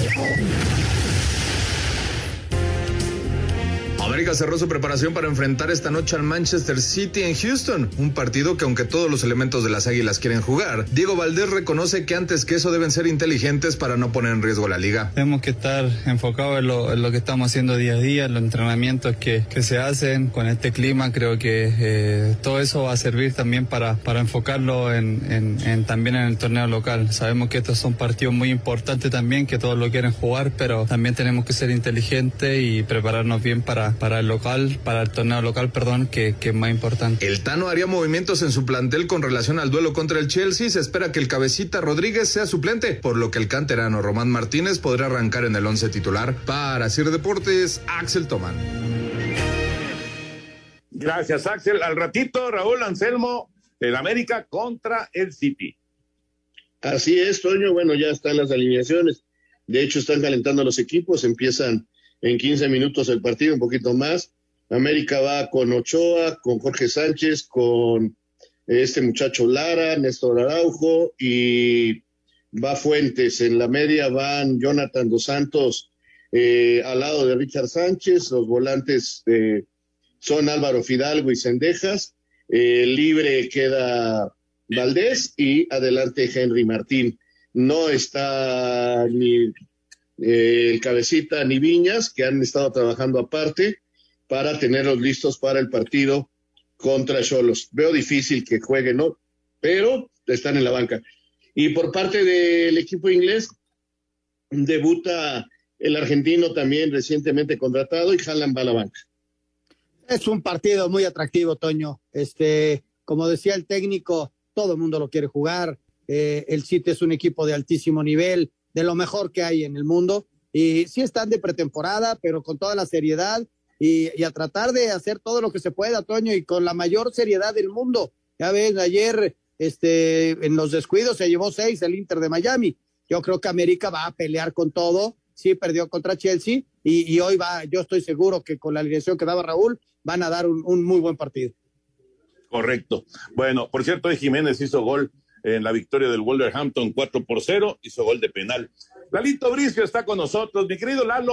América cerró su preparación para enfrentar esta noche al Manchester City en Houston, un partido que aunque todos los elementos de las Águilas quieren jugar, Diego Valdés reconoce que antes que eso deben ser inteligentes para no poner en riesgo la liga. Tenemos que estar enfocados en lo que estamos haciendo día a día, en los entrenamientos que se hacen con este clima. Creo que todo eso va a servir también para enfocarlo también en el torneo local. Sabemos que estos son partidos muy importantes también, que todos lo quieren jugar, pero también tenemos que ser inteligentes y prepararnos bien para el torneo local, que es más importante. El Tano haría movimientos en su plantel con relación al duelo contra el Chelsea. Se espera que el cabecita Rodríguez sea suplente, por lo que el canterano Román Martínez podrá arrancar en el 11 titular. Para Sir Deportes, Axel Tomán. Gracias, Axel. Al ratito, Raúl Anselmo, el América contra el City. Así es, Toño. Bueno, ya están las alineaciones. De hecho, están calentando los equipos. Empiezan en 15 minutos el partido, un poquito más. América va con Ochoa, con Jorge Sánchez, con este muchacho Lara, Néstor Araujo, y va Fuentes. En la media van Jonathan Dos Santos al lado de Richard Sánchez. Los volantes son Álvaro Fidalgo y Cendejas. Libre queda Valdés y adelante Henry Martín. No está ni el cabecita ni Viñas, que han estado trabajando aparte para tenerlos listos para el partido contra Xolos. Veo difícil que jueguen, ¿no? Pero están en la banca. Y por parte del equipo inglés, debuta el argentino también recientemente contratado y Haaland va a la banca. Es un partido muy atractivo, Toño. Como decía el técnico, todo el mundo lo quiere jugar. El City es un equipo de altísimo nivel, de lo mejor que hay en el mundo, y sí están de pretemporada, pero con toda la seriedad y a tratar de hacer todo lo que se pueda, Toño, y con la mayor seriedad del mundo. Ya ves, ayer en los descuidos se llevó 6 el Inter de Miami. Yo creo que América va a pelear con todo. Sí, perdió contra Chelsea y hoy yo estoy seguro que con la alineación que daba Raúl van a dar un muy buen partido. Correcto. Bueno, por cierto, Jiménez hizo gol en la victoria del Wolverhampton 4-0, hizo gol de penal. Lalito Bricio está con nosotros. Mi querido Lalo,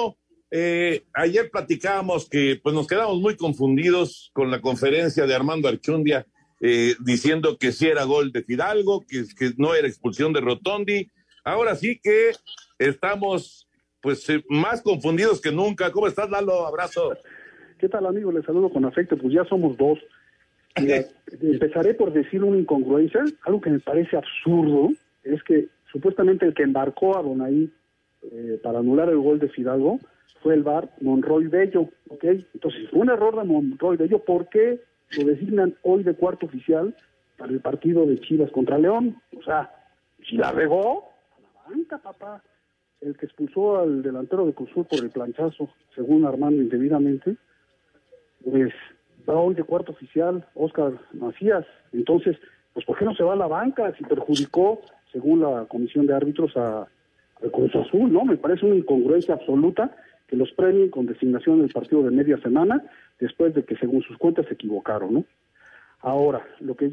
Ayer platicábamos que pues nos quedamos muy confundidos con la conferencia de Armando Archundia, diciendo que sí era gol de Fidalgo, que no era expulsión de Rotondi. Ahora sí que estamos pues más confundidos que nunca. ¿Cómo estás, Lalo? Abrazo. ¿Qué tal, amigo? Les saludo con afecto, pues ya somos dos. Mira, empezaré por decir una incongruencia. Algo que me parece absurdo es que supuestamente el que embarcó a Donaí para anular el gol de Fidalgo fue el VAR Monroy Bello, ¿ok? Entonces, fue un error de Monroy Bello. ¿Por qué lo designan hoy de cuarto oficial para el partido de Chivas contra León? O sea, si la regó, a la banca, papá. El que expulsó al delantero de Cruz Azul por el planchazo, según Armando indebidamente, pues va hoy de cuarto oficial Óscar Macías. Entonces, pues ¿por qué no se va a la banca si perjudicó, según la comisión de árbitros, a Cruz Azul? No, me parece una incongruencia absoluta que los premien con designación del partido de media semana después de que según sus cuentas se equivocaron, ¿no? Ahora, lo que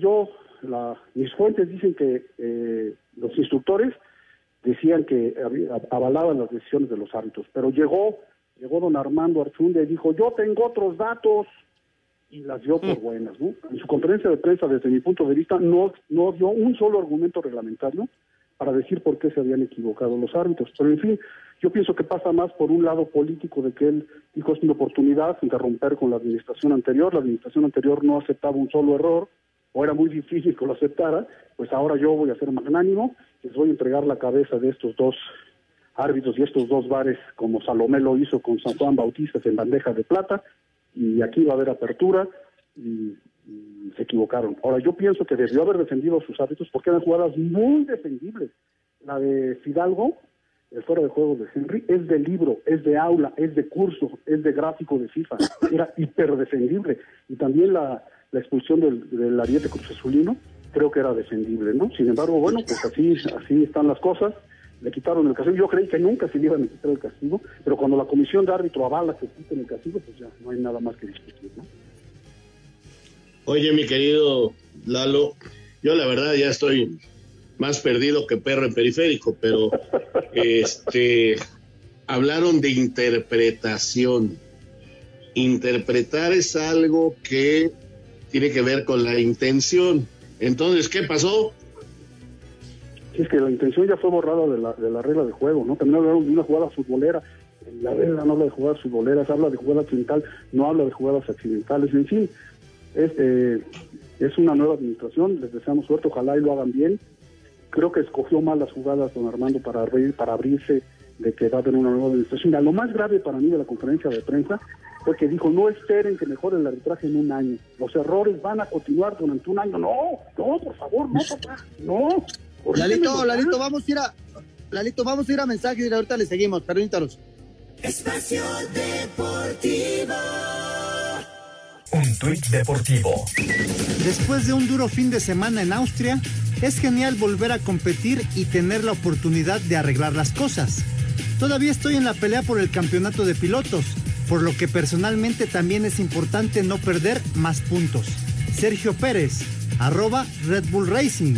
mis fuentes dicen que los instructores decían que avalaban las decisiones de los árbitros, pero llegó don Armando Archundia y dijo, yo tengo otros datos, y las dio por buenas, ¿no? En su conferencia de prensa, desde mi punto de vista, no dio un solo argumento reglamentario para decir por qué se habían equivocado los árbitros. Pero en fin, yo pienso que pasa más por un lado político, de que él dijo es una oportunidad de romper con la administración anterior. La administración anterior no aceptaba un solo error, o era muy difícil que lo aceptara. Pues ahora yo voy a ser magnánimo, les voy a entregar la cabeza de estos dos árbitros y estos dos bares, como Salomé lo hizo con San Juan Bautista, en bandeja de plata, y aquí va a haber apertura, y se equivocaron. Ahora, yo pienso que debió haber defendido a sus árbitros porque eran jugadas muy defendibles. La de Fidalgo, el fuera de juego de Henry, es de libro, es de aula, es de curso, es de gráfico de FIFA, era hiperdefendible. Y también la expulsión del ariete Cruz Azulino, creo que era defendible, ¿no? Sin embargo, bueno, pues así están las cosas. Le quitaron el castigo. Yo creí que nunca se le iban a quitar el castigo, pero cuando la comisión de árbitro avala que quiten el castigo, pues ya no hay nada más que discutir, ¿no? Oye, mi querido Lalo, yo la verdad ya estoy más perdido que perro en periférico, pero hablaron de interpretación. Interpretar es algo que tiene que ver con la intención. Entonces, ¿qué pasó? Es que la intención ya fue borrada de la regla de juego, ¿no? También hablaron de una jugada futbolera. La regla no habla de jugadas futboleras, habla de jugada accidental, no habla de jugadas accidentales. En fin, es una nueva administración, les deseamos suerte, ojalá y lo hagan bien. Creo que escogió mal las jugadas don Armando para abrirse de que va a tener una nueva administración. Lo más grave para mí de la conferencia de prensa fue que dijo, no esperen que mejore el arbitraje en un año. Los errores van a continuar durante un año. No, por favor, no, papá, no. Lalito, vamos a ir a mensajes y ahorita le seguimos, permítanos. Espacio Deportivo. Un tuit deportivo. Después de un duro fin de semana en Austria, es genial volver a competir y tener la oportunidad de arreglar las cosas. Todavía estoy en la pelea por el campeonato de pilotos, por lo que personalmente también es importante no perder más puntos. Sergio Pérez, @Red Bull Racing.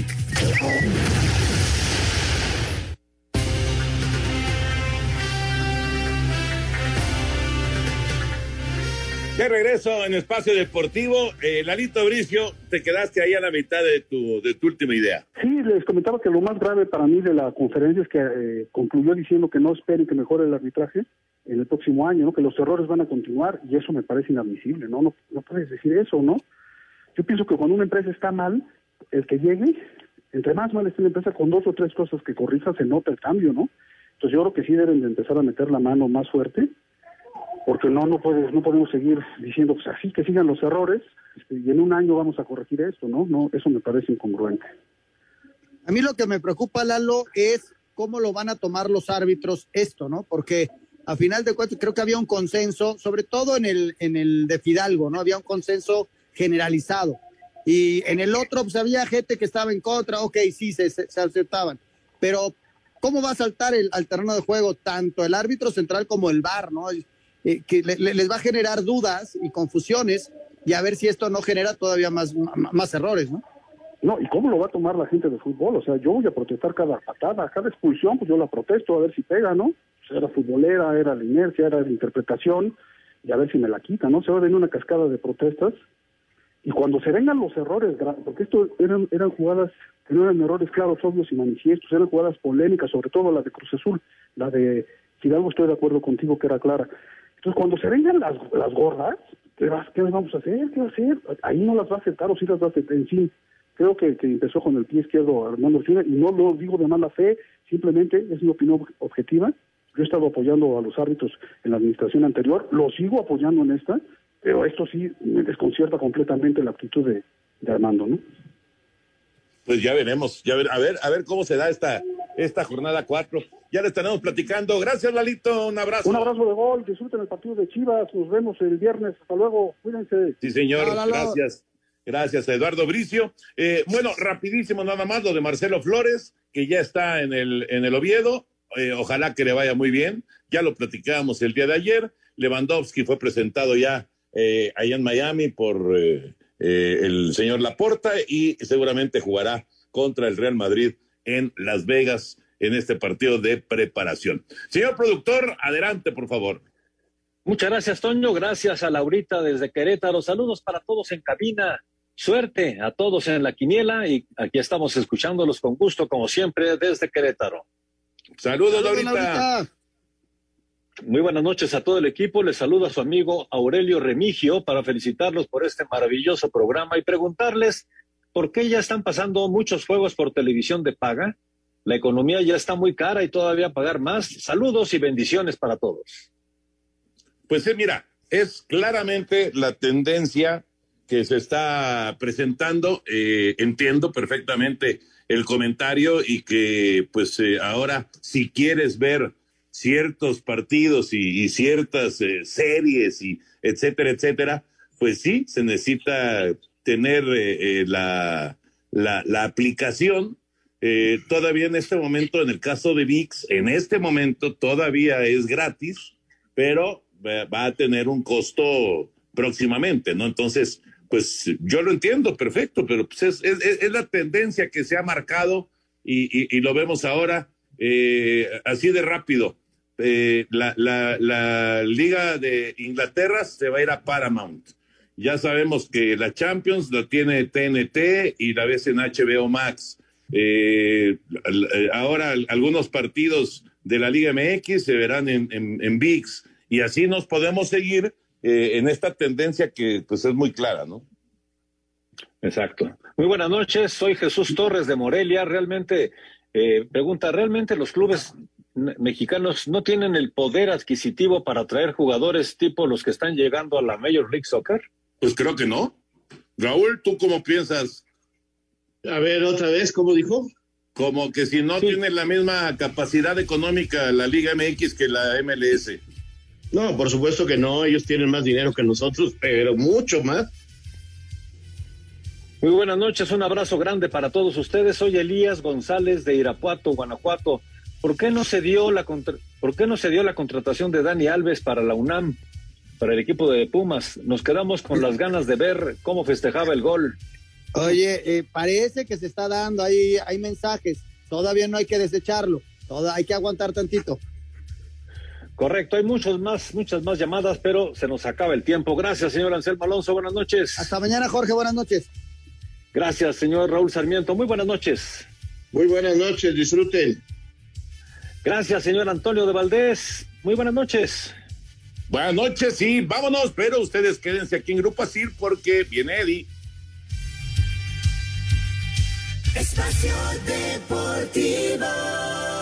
De regreso en Espacio Deportivo, Lalito Bricio, te quedaste ahí a la mitad de tu última idea. Sí, les comentaba que lo más grave para mí de la conferencia es que concluyó diciendo que no esperen que mejore el arbitraje en el próximo año, ¿no? Que los errores van a continuar, y eso me parece inadmisible, ¿no? No puedes decir eso, ¿no? Yo pienso que cuando una empresa está mal, el que llegue, entre más mal esté la empresa, con 2 o 3 cosas que corrija, se nota el cambio, ¿no? Entonces yo creo que sí deben de empezar a meter la mano más fuerte, porque no podemos seguir diciendo, pues así que sigan los errores, y en un año vamos a corregir esto, ¿no? No, eso me parece incongruente. A mí lo que me preocupa, Lalo, es cómo lo van a tomar los árbitros esto, ¿no? Porque a final de cuentas creo que había un consenso, sobre todo en el de Fidalgo, ¿no? Había un consenso generalizado. Y en el otro, pues había gente que estaba en contra, ok, sí, se aceptaban. Pero, ¿cómo va a saltar al terreno de juego tanto el árbitro central como el VAR, ¿no? Que les va a generar dudas y confusiones, y a ver si esto no genera todavía más errores, ¿no? No, ¿y cómo lo va a tomar la gente de fútbol? O sea, yo voy a protestar cada patada, cada expulsión, pues yo la protesto a ver si pega, ¿no? Era futbolera, era la inercia, era la interpretación, y a ver si me la quita, ¿no? Se va a venir una cascada de protestas, y cuando se vengan los errores, porque esto eran jugadas que no eran errores claros, obvios y manifiestos, eran jugadas polémicas, sobre todo la de Cruz Azul, la de Fidalgo, estoy de acuerdo contigo que era clara. Entonces, cuando se vengan las gordas, ¿qué vamos a hacer? ¿Qué va a hacer? Ahí no las va a aceptar, o sí las va a aceptar. En fin, creo que empezó con el pie izquierdo Armando Ortega, y no lo digo de mala fe, simplemente es mi opinión objetiva. Yo he estado apoyando a los árbitros en la administración anterior, lo sigo apoyando en esta, pero esto sí me desconcierta completamente la actitud de Armando, ¿no? Pues ya veremos, a ver cómo se da esta jornada 4. Ya le estaremos platicando. Gracias, Lalito, un abrazo. Un abrazo de gol, disfruten el partido de Chivas, nos vemos el viernes, hasta luego, cuídense. Sí, señor, gracias a Eduardo Bricio. Bueno, rapidísimo nada más lo de Marcelo Flores, que ya está en el Oviedo, ojalá que le vaya muy bien, ya lo platicábamos el día de ayer. Lewandowski fue presentado ya allá en Miami por el señor Laporta, y seguramente jugará contra el Real Madrid en Las Vegas en este partido de preparación. Señor productor, adelante, por favor. Muchas gracias, Toño. Gracias a Laurita desde Querétaro. Saludos para todos en cabina. Suerte a todos en la quiniela, y aquí estamos escuchándolos con gusto, como siempre, desde Querétaro. Saludos, Laurita. Muy buenas noches a todo el equipo. Les saluda su amigo Aurelio Remigio para felicitarlos por este maravilloso programa y preguntarles por qué ya están pasando muchos juegos por televisión de paga. La economía ya está muy cara y todavía pagar más. Saludos y bendiciones para todos. Pues mira, es claramente la tendencia que se está presentando. Entiendo perfectamente el comentario, y que pues ahora, si quieres ver ciertos partidos y ciertas series y etcétera, pues sí, se necesita tener la aplicación. Todavía en este momento, en el caso de ViX, en este momento todavía es gratis, pero va a tener un costo próximamente, ¿no? Entonces, pues yo lo entiendo perfecto, pero pues es la tendencia que se ha marcado, y lo vemos ahora así de rápido. La Liga de Inglaterra se va a ir a Paramount. Ya sabemos que la Champions la tiene TNT y la ves en HBO Max. Ahora algunos partidos de la Liga MX se verán en ViX, y así nos podemos seguir en esta tendencia que pues es muy clara, ¿no? Exacto. Muy buenas noches, soy Jesús Torres de Morelia. ¿Realmente los clubes mexicanos no tienen el poder adquisitivo para atraer jugadores tipo los que están llegando a la Major League Soccer? Pues creo que no. Raúl, ¿tú cómo piensas? A ver, otra vez, ¿cómo dijo? Como que si no tiene la misma capacidad económica la Liga MX que la MLS. No, por supuesto que no, ellos tienen más dinero que nosotros, pero mucho más. Muy buenas noches, un abrazo grande para todos ustedes. Soy Elías González de Irapuato, Guanajuato. ¿Por qué no se dio la contratación de Dani Alves para la UNAM, para el equipo de Pumas? Nos quedamos con las ganas de ver cómo festejaba el gol. Oye, parece que se está dando, hay mensajes, todavía no hay que desecharlo, hay que aguantar tantito. Correcto, hay muchas más llamadas, pero se nos acaba el tiempo. Gracias, señor Anselmo Alonso, buenas noches. Hasta mañana, Jorge, buenas noches. Gracias, señor Raúl Sarmiento, muy buenas noches. Muy buenas noches, disfruten. Gracias, señor Antonio de Valdés, muy buenas noches. Buenas noches, sí, vámonos, pero ustedes quédense aquí en Grupo ASIR porque viene Eddie. Espacio Deportivo.